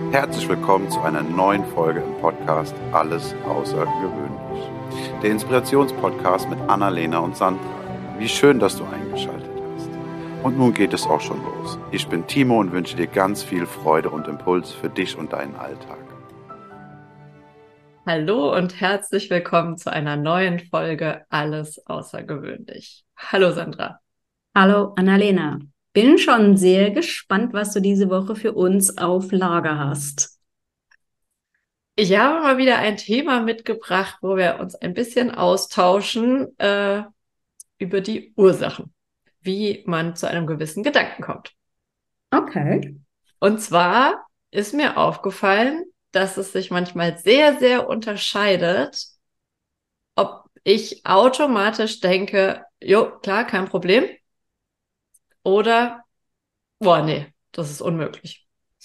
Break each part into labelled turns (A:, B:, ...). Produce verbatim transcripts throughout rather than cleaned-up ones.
A: Herzlich willkommen zu einer neuen Folge im Podcast Alles Außergewöhnlich. Der Inspirationspodcast mit Annalena und Sandra. Wie schön, dass du eingeschaltet hast. Und nun geht es auch schon los. Ich bin Timo und wünsche dir ganz viel Freude und Impuls für dich und deinen Alltag.
B: Hallo und herzlich willkommen zu einer neuen Folge Alles Außergewöhnlich. Hallo Sandra.
C: Hallo Annalena. Bin schon sehr gespannt, was du diese Woche für uns auf Lager hast.
B: Ich habe mal wieder ein Thema mitgebracht, wo wir uns ein bisschen austauschen äh, über die Ursachen, wie man zu einem gewissen Gedanken kommt.
C: Okay.
B: Und zwar ist mir aufgefallen, dass es sich manchmal sehr, sehr unterscheidet, ob ich automatisch denke, jo, klar, kein Problem, oder, boah, nee, das ist unmöglich.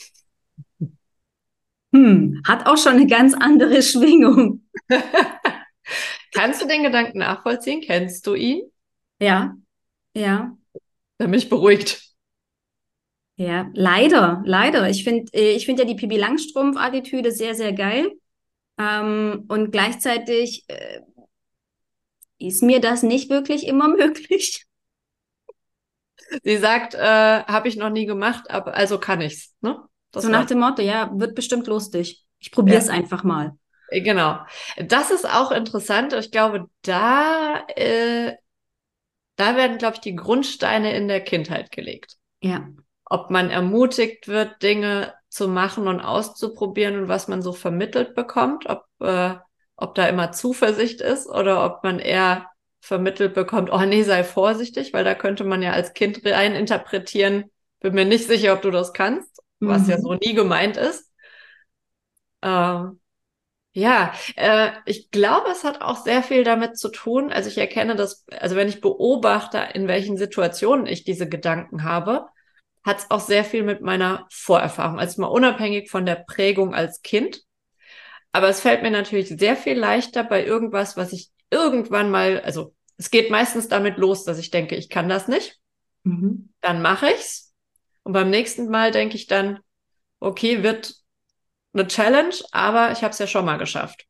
C: Hm, hat auch schon eine ganz andere Schwingung.
B: Kannst du den Gedanken nachvollziehen? Kennst du ihn?
C: Ja, ja,
B: Dann bin ich beruhigt.
C: ja. Leider, leider. Ich finde, ich finde ja die Pippi Langstrumpf-Attitüde sehr, sehr geil. Ähm, und gleichzeitig äh, ist mir das nicht wirklich immer möglich.
B: Sie sagt, äh, habe ich noch nie gemacht, aber also kann ich's, ne?
C: So
B: Das
C: nach
B: weiß
C: dem Motto, ja, wird bestimmt lustig. Ich probiere
B: ich.
C: es einfach mal.
B: Ja, genau. Das ist auch interessant. Ich glaube, da, äh, da werden, glaube ich, die Grundsteine in der Kindheit gelegt.
C: Ja.
B: Ob man ermutigt wird, Dinge zu machen und auszuprobieren und was man so vermittelt bekommt, ob, äh, ob da immer Zuversicht ist oder ob man eher vermittelt bekommt, oh nee, sei vorsichtig, weil da könnte man ja als Kind rein interpretieren, bin mir nicht sicher, ob du das kannst, was ja so
C: Mhm.
B: nie gemeint ist. Ähm, ja, äh, ich glaube, es hat auch sehr viel damit zu tun. Also ich erkenne das, also wenn ich beobachte, in welchen Situationen ich diese Gedanken habe, hat es auch sehr viel mit meiner Vorerfahrung, also mal unabhängig von der Prägung als Kind. Aber es fällt mir natürlich sehr viel leichter bei irgendwas, was ich irgendwann mal, also es geht meistens damit los, dass ich denke, ich kann das nicht.
C: Mhm.
B: Dann mache ich's. Und beim nächsten Mal denke ich dann, okay, wird eine Challenge, aber ich habe es ja schon mal geschafft.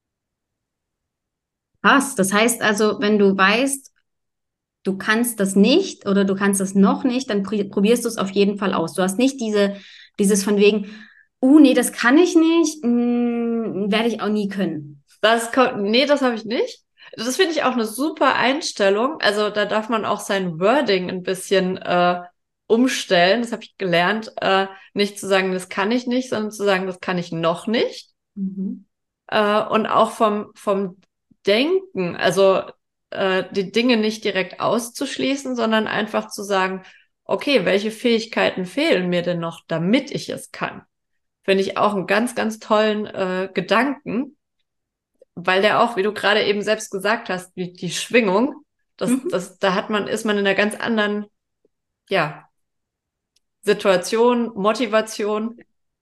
C: Krass. Das heißt also, wenn du weißt, du kannst das nicht oder du kannst das noch nicht, dann pr- probierst du es auf jeden Fall aus. Du hast nicht diese, dieses von wegen, uh, nee, das kann ich nicht, mm, werde ich auch nie können.
B: Das kommt, nee, das habe ich nicht. Das finde ich auch eine super Einstellung. Also da darf man auch sein Wording ein bisschen äh, umstellen. Das habe ich gelernt, äh, nicht zu sagen, das kann ich nicht, sondern zu sagen, das kann ich noch nicht.
C: Mhm.
B: Äh, und auch vom, vom Denken, also äh, die Dinge nicht direkt auszuschließen, sondern einfach zu sagen, okay, welche Fähigkeiten fehlen mir denn noch, damit ich es kann? Finde ich auch einen ganz, ganz tollen äh, Gedanken, weil der auch, wie du gerade eben selbst gesagt hast, die, die Schwingung, das,
C: Mhm.
B: das, da hat man, ist man in einer ganz anderen, ja, Situation, Motivation.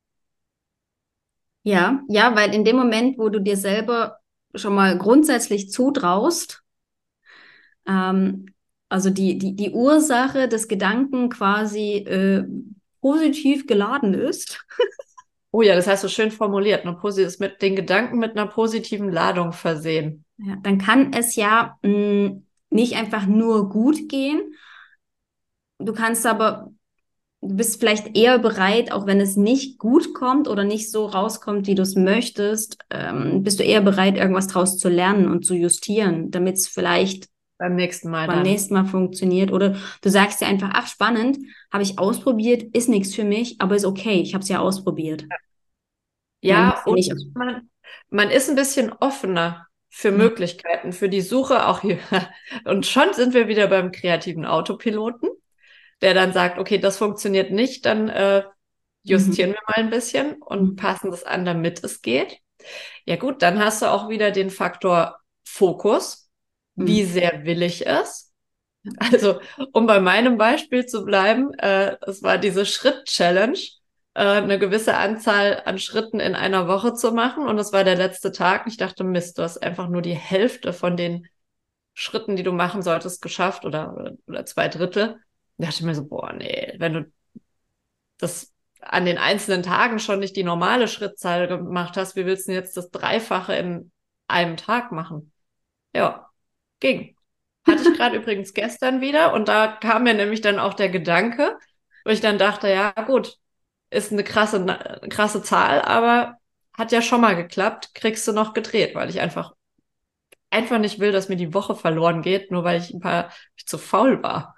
C: Ja, ja, weil in dem Moment, wo du dir selber schon mal grundsätzlich zutraust, ähm, also die, die, die Ursache des Gedanken quasi äh, positiv geladen ist,
B: Oh ja, das hast du schön formuliert, ne? Posi- mit den Gedanken mit einer positiven Ladung versehen.
C: ja, dann kann es ja mh, nicht einfach nur gut gehen. Du kannst aber Du bist vielleicht eher bereit, auch wenn es nicht gut kommt oder nicht so rauskommt, wie du es möchtest, ähm, bist du eher bereit, irgendwas draus zu lernen und zu justieren, damit es vielleicht
B: Beim nächsten Mal
C: beim
B: dann.
C: nächsten Mal funktioniert. Oder du sagst dir einfach, ach, spannend, habe ich ausprobiert, ist nichts für mich, aber ist okay, ich habe es ja ausprobiert. Man
B: Ja,
C: muss ja
B: und
C: nicht.
B: man, man ist ein bisschen offener für
C: Ja.
B: Möglichkeiten, für die Suche auch hier. Und schon sind wir wieder beim kreativen Autopiloten, der dann sagt, okay, das funktioniert nicht, dann äh, justieren
C: Mhm.
B: wir mal ein bisschen und
C: Mhm.
B: passen das an, damit es geht. Ja gut, dann hast du auch wieder den Faktor Fokus. Wie
C: Mhm.
B: sehr will ich es? Also, um bei meinem Beispiel zu bleiben, äh, es war diese Schritt-Challenge, äh, eine gewisse Anzahl an Schritten in einer Woche zu machen. Und es war der letzte Tag. Ich dachte, Mist, du hast einfach nur die Hälfte von den Schritten, die du machen solltest, geschafft oder, oder, oder zwei Drittel. Ich dachte mir so, boah, nee, wenn du das, an den einzelnen Tagen schon nicht die normale Schrittzahl gemacht hast, wie willst du denn jetzt das Dreifache in einem Tag machen? Ja, ging. Hatte ich gerade übrigens gestern wieder und da kam mir nämlich dann auch der Gedanke, wo ich dann dachte, ja gut, ist eine krasse, eine krasse Zahl, aber hat ja schon mal geklappt, kriegst du noch gedreht, weil ich einfach, einfach nicht will, dass mir die Woche verloren geht, nur weil ich ein paar ich zu faul war.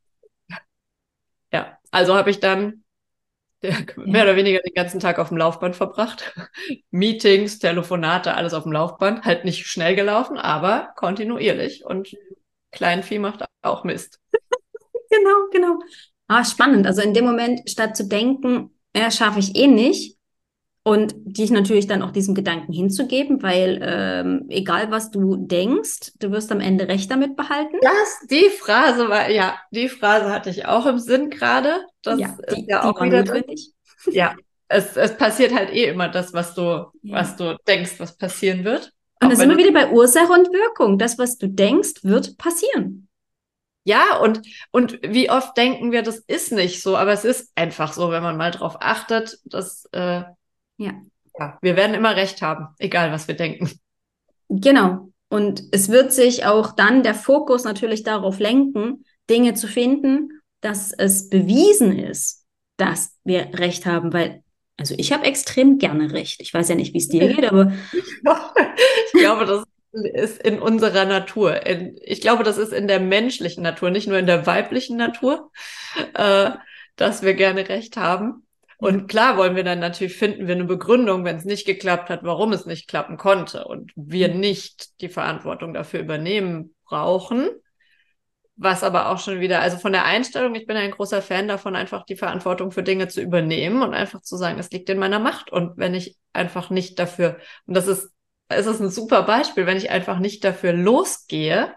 B: Ja, also habe ich dann ja, mehr oder weniger den ganzen Tag auf dem Laufband verbracht. Meetings, Telefonate, alles auf dem Laufband. Halt nicht schnell gelaufen, aber kontinuierlich. Und Kleinvieh macht auch Mist.
C: Genau, genau. Ah, spannend. Also in dem Moment, statt zu denken, ja, schaffe ich eh nicht, und dich natürlich dann auch diesem Gedanken hinzugeben, weil ähm, egal was du denkst, du wirst am Ende recht damit behalten.
B: Das, die Phrase war, ja, die Phrase hatte ich auch im Sinn gerade. Das
C: Ja,
B: ist
C: die,
B: ja
C: die
B: auch
C: war
B: wieder das.
C: notwendig.
B: Ja, es, es passiert halt eh immer das, was du,
C: Ja.
B: was du denkst, was passieren wird.
C: Und
B: Auch
C: da sind
B: wenn
C: wir
B: es,
C: wieder bei Ursache und Wirkung. Das, was du denkst, wird passieren.
B: ja, und, und wie oft denken wir, das ist nicht so, aber es ist einfach so, wenn man mal drauf achtet, dass, äh,
C: Ja.
B: ja, wir werden immer recht haben, egal was wir denken.
C: Genau. Und es wird sich auch dann der Fokus natürlich darauf lenken, Dinge zu finden, dass es bewiesen ist, dass wir Recht haben, weil, also ich habe extrem gerne Recht. Ich weiß ja nicht, wie es dir geht, aber
B: Ich glaube, das ist in unserer Natur. In, ich glaube, das ist in der menschlichen Natur, nicht nur in der weiblichen Natur, äh, dass wir gerne Recht haben. Und klar wollen wir dann natürlich, finden wir eine Begründung, wenn es nicht geklappt hat, warum es nicht klappen konnte und wir nicht die Verantwortung dafür übernehmen brauchen. Was aber auch schon wieder, also von der Einstellung, ich bin ein großer Fan davon, einfach die Verantwortung für Dinge zu übernehmen und einfach zu sagen, es liegt in meiner Macht. Und wenn ich einfach nicht dafür, und das ist, es ist ein super Beispiel, wenn ich einfach nicht dafür losgehe,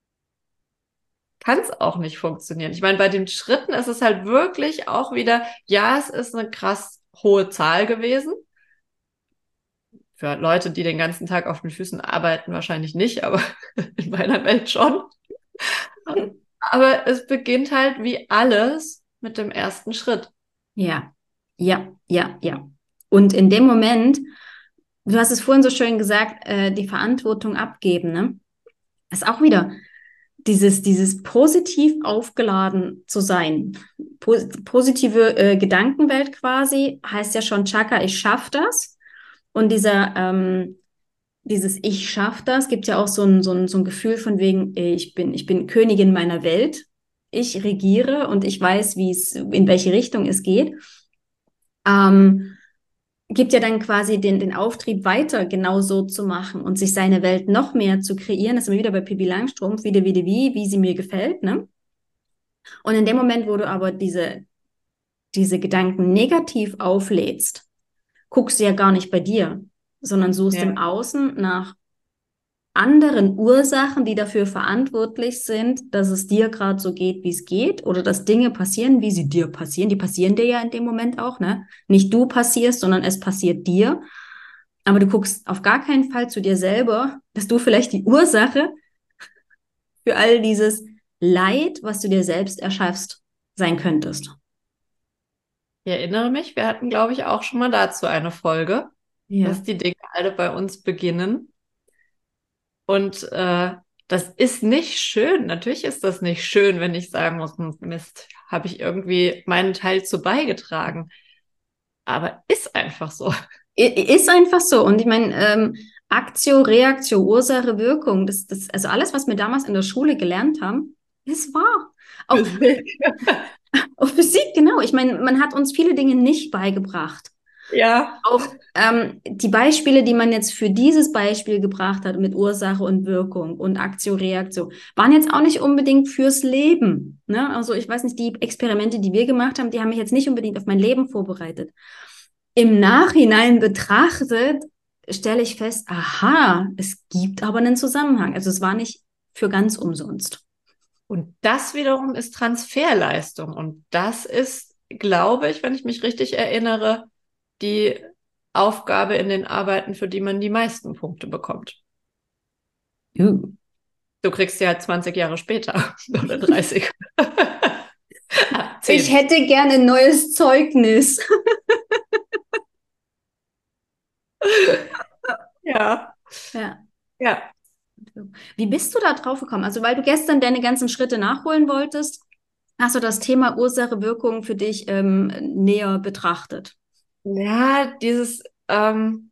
B: kann es auch nicht funktionieren. Ich meine, bei den Schritten ist es halt wirklich auch wieder, ja, es ist eine krass hohe Zahl gewesen. Für Leute, die den ganzen Tag auf den Füßen arbeiten, wahrscheinlich nicht, aber in meiner Welt schon. Aber es beginnt halt wie alles mit dem ersten Schritt.
C: ja, ja, ja, ja. Und in dem Moment, du hast es vorhin so schön gesagt, äh, die Verantwortung abgeben, ne? Ist auch wieder dieses, dieses positiv aufgeladen zu sein. Pos positive äh, Gedankenwelt quasi heißt ja schon, Chaka, ich schaff das. Und dieser, ähm, dieses Ich schaff das, gibt ja auch so ein, so ein, so ein Gefühl von wegen, äh, ich bin, ich bin Königin meiner Welt. Ich regiere und ich weiß, wie es, in welche Richtung es geht. Ähm, gibt ja dann quasi den, den Auftrieb weiter genau so zu machen und sich seine Welt noch mehr zu kreieren. Das sind wir wieder bei Pippi Langstrumpf, wieder, wieder, wie, wie sie mir gefällt, ne? Und in dem Moment, wo du aber diese, diese Gedanken negativ auflädst, guckst du ja gar nicht bei dir, sondern suchst
B: Ja.
C: im Außen nach anderen Ursachen, die dafür verantwortlich sind, dass es dir gerade so geht, wie es geht, oder dass Dinge passieren, wie sie dir passieren. Die passieren dir ja in dem Moment auch, ne? Nicht du passierst, sondern es passiert dir. Aber du guckst auf gar keinen Fall zu dir selber, dass du vielleicht die Ursache für all dieses Leid, was du dir selbst erschaffst, sein könntest.
B: Ich erinnere mich, wir hatten, glaube ich, auch schon mal dazu eine Folge,
C: Ja.
B: dass die Dinge alle bei uns beginnen. Und äh, das ist nicht schön. Natürlich ist das nicht schön, wenn ich sagen muss, hm, Mist, habe ich irgendwie meinen Teil zu beigetragen. Aber ist einfach so.
C: Ist einfach so. Und ich meine, ähm, Aktio, Reaktio, Ursache, Wirkung, das, das, also alles, was wir damals in der Schule gelernt haben, ist wahr. Auch, auch Physik, genau. Ich meine, man hat uns viele Dinge nicht beigebracht.
B: Ja.
C: Auch ähm, die Beispiele, die man jetzt für dieses Beispiel gebracht hat mit Ursache und Wirkung und Aktio, Reaktio, waren jetzt auch nicht unbedingt fürs Leben. Ne? Also ich weiß nicht, die Experimente, die wir gemacht haben, die haben mich jetzt nicht unbedingt auf mein Leben vorbereitet. Im Nachhinein betrachtet, stelle ich fest, aha, es gibt aber einen Zusammenhang. Also es war nicht für ganz umsonst.
B: Und das wiederum ist Transferleistung. Und das ist, glaube ich, wenn ich mich richtig erinnere, die Aufgabe in den Arbeiten, für die man die meisten Punkte bekommt.
C: Uh.
B: Du kriegst sie halt zwanzig Jahre später oder dreißig. Zehn.
C: Ich hätte gerne ein neues Zeugnis.
B: Ja.
C: Ja.
B: Ja.
C: Wie bist du da drauf gekommen? Also, weil du gestern deine ganzen Schritte nachholen wolltest, hast du das Thema Ursache-Wirkung für dich ähm, näher betrachtet?
B: Ja, dieses, ähm,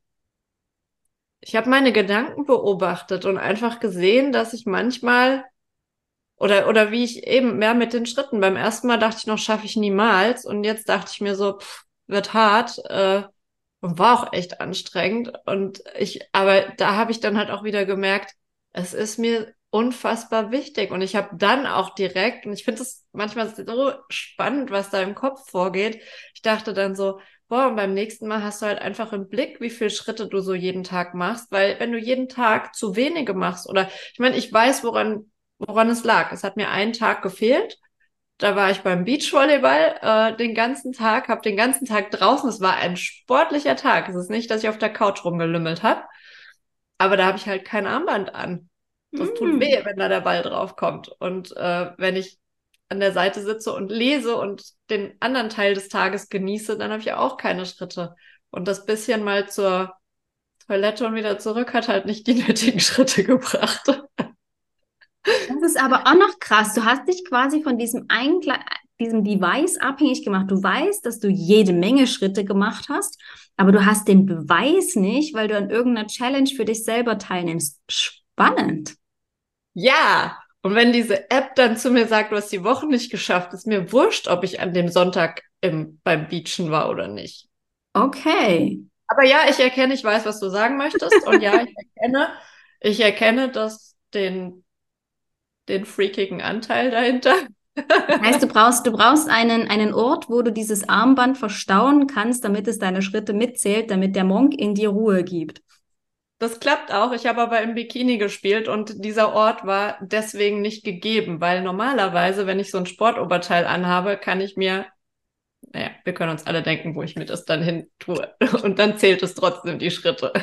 B: ich habe meine Gedanken beobachtet und einfach gesehen, dass ich manchmal, oder, oder wie ich eben mehr mit den Schritten, beim ersten Mal dachte ich noch, schaffe ich niemals. Und jetzt dachte ich mir so, pff, wird hart, äh, und war auch echt anstrengend. Und ich, aber da habe ich dann halt auch wieder gemerkt, es ist mir unfassbar wichtig. Und ich habe dann auch direkt, und ich finde es manchmal so spannend, was da im Kopf vorgeht. Ich dachte dann so, boah, und beim nächsten Mal hast du halt einfach im Blick, wie viele Schritte du so jeden Tag machst. Weil wenn du jeden Tag zu wenige machst, oder ich meine, ich weiß, woran, woran es lag. Es hat mir einen Tag gefehlt. Da war ich beim Beachvolleyball äh, den ganzen Tag, habe den ganzen Tag draußen. Es war ein sportlicher Tag. Es ist nicht, dass ich auf der Couch rumgelümmelt habe, aber da habe ich halt kein Armband an. Das tut
C: Mm.
B: weh, wenn da der Ball drauf kommt. Und äh, wenn ich an der Seite sitze und lese und den anderen Teil des Tages genieße, dann habe ich auch keine Schritte. Und das bisschen mal zur Toilette und wieder zurück hat halt nicht die nötigen Schritte gebracht.
C: Das ist aber auch noch krass. Du hast dich quasi von diesem, einen, diesem Device abhängig gemacht. Du weißt, dass du jede Menge Schritte gemacht hast, aber du hast den Beweis nicht, weil du an irgendeiner Challenge für dich selber teilnimmst. Spannend.
B: Ja, und wenn diese App dann zu mir sagt, du hast die Woche nicht geschafft, ist mir wurscht, ob ich an dem Sonntag im, beim Beachen war oder nicht.
C: Okay.
B: Aber ja, ich erkenne, ich weiß, was du sagen möchtest. Und ja, ich erkenne, ich erkenne das, den, den freakigen Anteil dahinter.
C: Das heißt, du brauchst, du brauchst einen, einen Ort, wo du dieses Armband verstauen kannst, damit es deine Schritte mitzählt, damit der Monk in dir Ruhe gibt.
B: Das klappt auch. Ich habe aber im Bikini gespielt und dieser Ort war deswegen nicht gegeben, weil normalerweise, wenn ich so ein Sportoberteil anhabe, kann ich mir, naja, wir können uns alle denken, wo ich mir das dann hin tue. Und dann zählt es trotzdem die Schritte.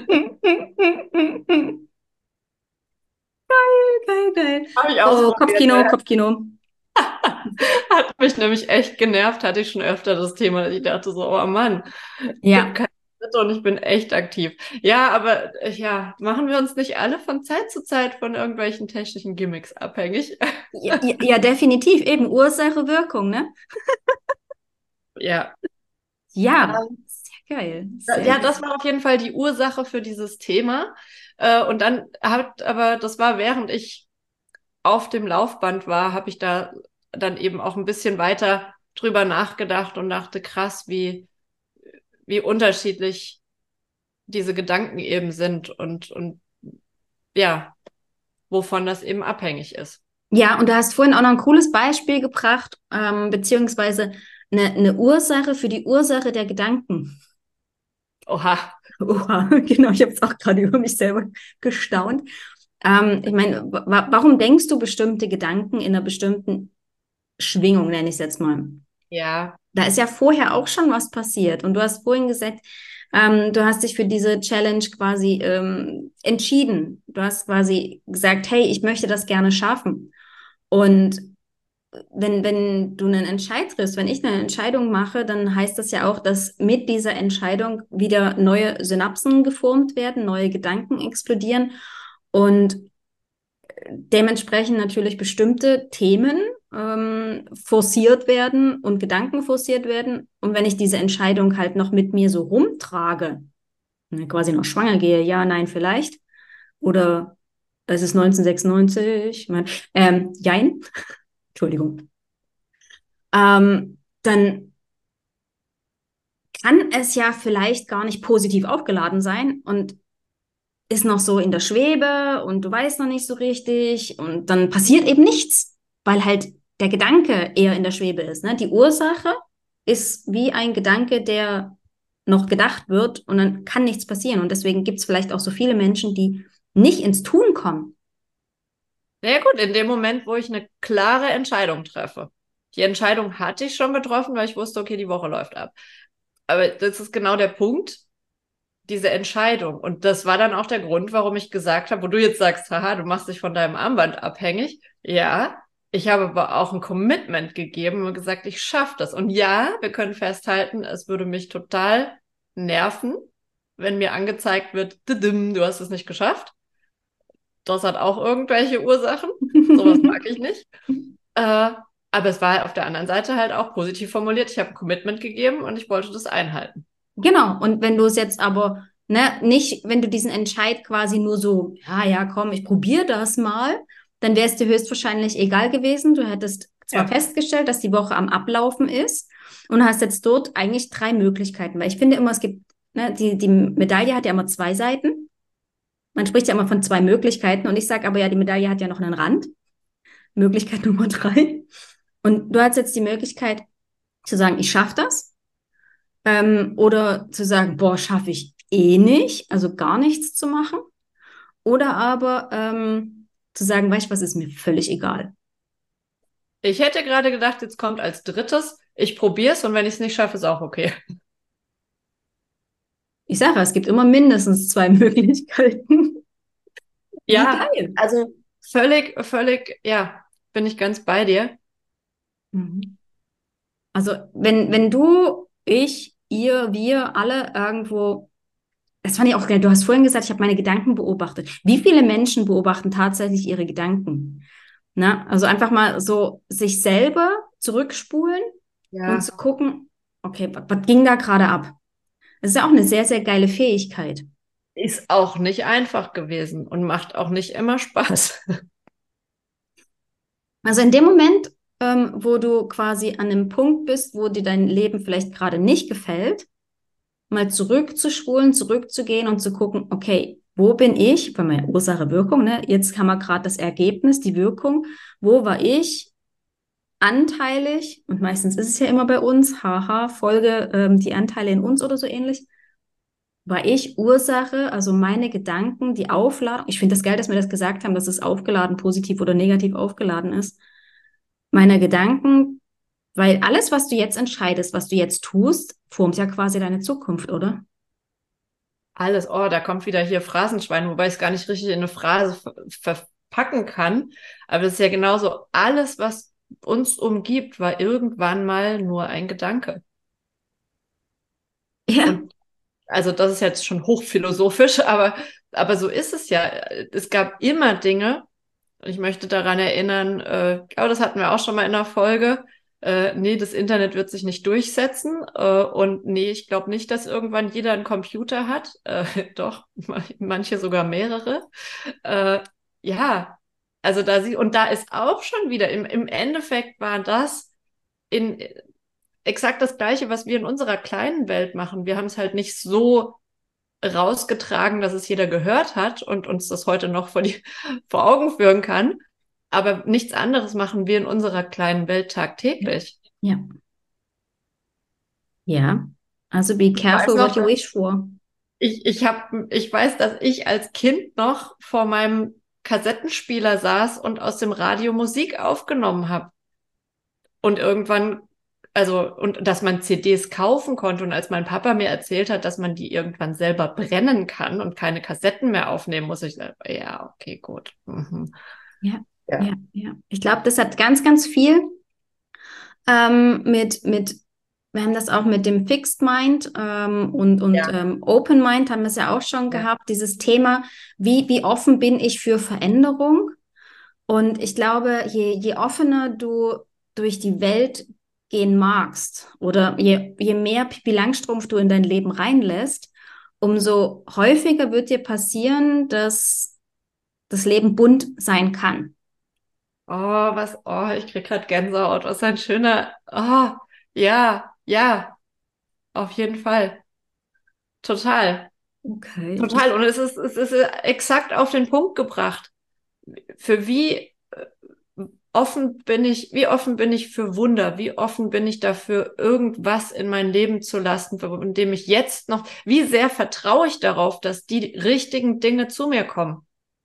C: Geil, geil.
B: Habe ich
C: Oh,
B: ausprobiert.
C: Kopfkino,
B: Ja.
C: Kopfkino.
B: Hat mich nämlich echt genervt, hatte ich schon öfter das Thema, dass ich dachte so, oh Mann, ich habe
C: Ja.
B: keine Schritte und ich bin echt aktiv. Ja, aber äh, ja, machen wir uns nicht alle von Zeit zu Zeit von irgendwelchen technischen Gimmicks abhängig?
C: Ja, ja, ja, definitiv. Eben Ursache, Wirkung, ne?
B: Ja.
C: Ja, sehr geil. Sehr
B: Ja,
C: geil.
B: das war auf jeden Fall die Ursache für dieses Thema. Äh, Und dann hat, aber das war während ich auf dem Laufband war, habe ich da dann eben auch ein bisschen weiter drüber nachgedacht und dachte, krass, wie, wie unterschiedlich diese Gedanken eben sind und, und ja, wovon das eben abhängig ist.
C: Ja, und du hast vorhin auch noch ein cooles Beispiel gebracht, ähm, beziehungsweise eine, eine Ursache für die Ursache der Gedanken.
B: Oha.
C: Oha, genau, ich habe es auch gerade über mich selber gestaunt. Ähm, ich meine, wa warum denkst du bestimmte Gedanken in einer bestimmten Schwingung, nenne ich es jetzt mal?
B: Ja,
C: Da ist ja vorher auch schon was passiert. Und du hast vorhin gesagt, ähm, du hast dich für diese Challenge quasi ähm, entschieden. Du hast quasi gesagt, hey, ich möchte das gerne schaffen. Und wenn, wenn du einen Entscheid triffst, wenn ich eine Entscheidung mache, dann heißt das ja auch, dass mit dieser Entscheidung wieder neue Synapsen geformt werden, neue Gedanken explodieren und dementsprechend natürlich bestimmte Themen ähm, forciert werden und Gedanken forciert werden. Und wenn ich diese Entscheidung halt noch mit mir so rumtrage, ne, quasi noch schwanger gehe, ja, nein, vielleicht, oder es ist neunzehnhundertsechsundneunzig, mein, ähm, jein, Entschuldigung, ähm, dann kann es ja vielleicht gar nicht positiv aufgeladen sein und ist noch so in der Schwebe und du weißt noch nicht so richtig und dann passiert eben nichts, weil halt der Gedanke eher in der Schwebe ist. Ne? Die Ursache ist wie ein Gedanke, der noch gedacht wird und dann kann nichts passieren. Und deswegen gibt es vielleicht auch so viele Menschen, die nicht ins Tun kommen.
B: sehr gut, in dem Moment, wo ich eine klare Entscheidung treffe. Die Entscheidung hatte ich schon getroffen, weil ich wusste, okay, die Woche läuft ab. Aber das ist genau der Punkt, diese Entscheidung. Und das war dann auch der Grund, warum ich gesagt habe, wo du jetzt sagst, haha, du machst dich von deinem Armband abhängig. Ja, ich habe aber auch ein Commitment gegeben und gesagt, ich schaffe das. Und ja, wir können festhalten, es würde mich total nerven, wenn mir angezeigt wird, du hast es nicht geschafft. Das hat auch irgendwelche Ursachen. Sowas mag ich nicht. Äh, aber es war auf der anderen Seite halt auch positiv formuliert. Ich habe ein Commitment gegeben und ich wollte das einhalten.
C: Genau. Und wenn du es jetzt aber, ne, nicht, wenn du diesen Entscheid quasi nur so, ja, ja, komm, ich probiere das mal, dann wäre es dir höchstwahrscheinlich egal gewesen. Du hättest zwar
B: Ja.
C: festgestellt, dass die Woche am Ablaufen ist und hast jetzt dort eigentlich drei Möglichkeiten. Weil ich finde immer, es gibt, ne, die, die Medaille hat ja immer zwei Seiten. Man spricht ja immer von zwei Möglichkeiten und ich sage aber ja, die Medaille hat ja noch einen Rand. Möglichkeit Nummer drei. Und du hast jetzt die Möglichkeit zu sagen, ich schaffe das. Ähm, oder zu sagen, boah, schaffe ich eh nicht, also gar nichts zu machen. Oder aber ähm, zu sagen, weißt du was, ist mir völlig egal.
B: Ich hätte gerade gedacht, jetzt kommt als drittes, ich probiere es und wenn ich es nicht schaffe, ist auch okay.
C: Ich sage, es gibt immer mindestens zwei Möglichkeiten. Wie
B: Ja,
C: geil.
B: also völlig, völlig, ja, bin ich ganz bei dir.
C: Mhm. Also wenn, wenn du, ich, ihr, wir alle irgendwo, das fand ich auch geil, du hast vorhin gesagt, ich habe meine Gedanken beobachtet. Wie viele Menschen beobachten tatsächlich ihre Gedanken? Na, also einfach mal so sich selber zurückspulen und
B: Ja.
C: zu gucken, okay, was, was ging da gerade ab? Das ist ja auch eine sehr, sehr geile Fähigkeit.
B: Ist auch nicht einfach gewesen und macht auch nicht immer Spaß.
C: Also in dem Moment, ähm, wo du quasi an einem Punkt bist, wo dir dein Leben vielleicht gerade nicht gefällt, mal zurückzuspulen, zurückzugehen und zu gucken, okay, wo bin ich, bei meiner Ursache-Wirkung, ne? Jetzt haben wir gerade das Ergebnis, die Wirkung, wo war ich anteilig, und meistens ist es ja immer bei uns, haha, Folge, ähm, die Anteile in uns oder so ähnlich, war ich Ursache, also meine Gedanken, die Aufladung, ich finde das geil, dass wir das gesagt haben, dass es aufgeladen, positiv oder negativ aufgeladen ist, meiner Gedanken, weil alles, was du jetzt entscheidest, was du jetzt tust, formt ja quasi deine Zukunft, oder?
B: Alles, oh, da kommt wieder hier Phrasenschwein, wobei ich es gar nicht richtig in eine Phrase ver verpacken kann. Aber das ist ja genauso, alles, was uns umgibt, war irgendwann mal nur ein Gedanke.
C: Ja,
B: Und also das ist jetzt schon hochphilosophisch, aber, aber so ist es ja. Es gab immer Dinge, und ich möchte daran erinnern, äh, ich glaube, das hatten wir auch schon mal in der Folge, äh, nee, das Internet wird sich nicht durchsetzen äh, und nee, ich glaube nicht, dass irgendwann jeder einen Computer hat, äh, doch, manche sogar mehrere. Äh, ja, also da sie, und da ist auch schon wieder, im, im Endeffekt war das in exakt das Gleiche, was wir in unserer kleinen Welt machen. Wir haben es halt nicht so rausgetragen, dass es jeder gehört hat und uns das heute noch vor die, vor Augen führen kann. Aber nichts anderes machen wir in unserer kleinen Welt tagtäglich.
C: ja, ja. Also be
B: Ich weiß
C: careful what
B: noch,
C: you wish for.
B: ich, ich hab, ich weiß, dass ich als Kind noch vor meinem Kassettenspieler saß und aus dem Radio Musik aufgenommen habe. Und irgendwann, also, und dass man C Ds kaufen konnte. Und als mein Papa mir erzählt hat, dass man die irgendwann selber brennen kann und keine Kassetten mehr aufnehmen muss, ich sage, ja, okay, gut. Mhm.
C: Ja,
B: Ja.
C: ja, ja. Ich glaube, das hat ganz, ganz viel ähm, mit, mit, wir haben das auch mit dem Fixed Mind ähm, und, und
B: Ja.
C: ähm, Open Mind haben wir es ja auch schon
B: Ja.
C: gehabt, dieses Thema, wie, wie offen bin ich für Veränderung? Und ich glaube, je, je offener du durch die Welt gehen magst oder je, je mehr Pippi Langstrumpf du in dein Leben reinlässt, umso häufiger wird dir passieren, dass das Leben bunt sein kann.
B: Oh, was, oh, ich krieg gerade Gänsehaut. Was ein schöner, oh, ja, ja, auf jeden Fall. Total,
C: Okay.
B: total. Und es ist, es ist exakt auf den Punkt gebracht. Für wie offen bin ich, wie offen bin ich für Wunder? Wie offen bin ich dafür, irgendwas in mein Leben zu lassen, in dem ich jetzt noch, wie sehr vertraue ich darauf, dass die richtigen Dinge zu mir kommen?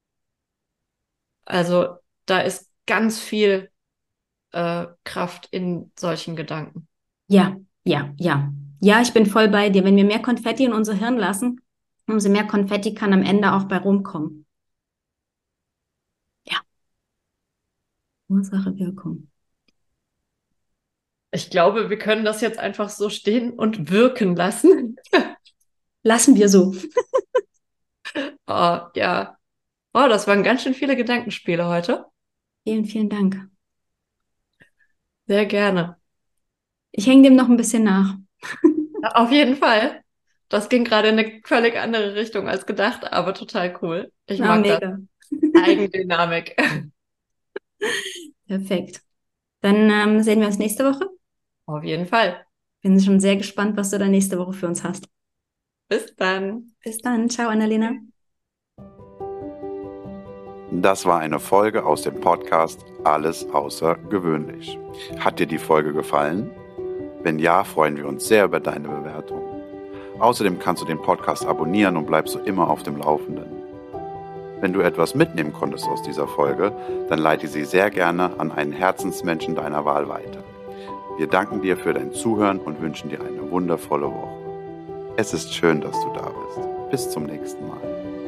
B: Also, da ist ganz viel äh, Kraft in solchen Gedanken.
C: Ja, ja, ja. Ja, ich bin voll bei dir. Wenn wir mehr Konfetti in unser Hirn lassen, umso mehr Konfetti kann am Ende auch bei rumkommen. Ja. Ursache, Wirkung.
B: Ich glaube, wir können das jetzt einfach so stehen und wirken lassen.
C: Lassen wir so.
B: Oh, ja. Oh, das waren ganz schön viele Gedankenspiele heute.
C: Vielen, vielen Dank.
B: Sehr gerne.
C: Ich hänge dem noch ein bisschen nach.
B: Ja, auf jeden Fall. Das ging gerade in eine völlig andere Richtung als gedacht, aber total cool. Ich
C: Na,
B: mag das.
C: mega.
B: Eigendynamik.
C: Perfekt. Dann ähm, sehen wir uns nächste Woche.
B: Auf jeden Fall.
C: Bin schon sehr gespannt, was du da nächste Woche für uns hast.
B: Bis dann.
C: Bis dann. Ciao, Annalena.
A: Das war eine Folge aus dem Podcast Alles außergewöhnlich. Hat dir die Folge gefallen? Wenn ja, freuen wir uns sehr über deine Bewertung. Außerdem kannst du den Podcast abonnieren und bleibst so immer auf dem Laufenden. Wenn du etwas mitnehmen konntest aus dieser Folge, dann leite sie sehr gerne an einen Herzensmenschen deiner Wahl weiter. Wir danken dir für dein Zuhören und wünschen dir eine wundervolle Woche. Es ist schön, dass du da bist. Bis zum nächsten Mal.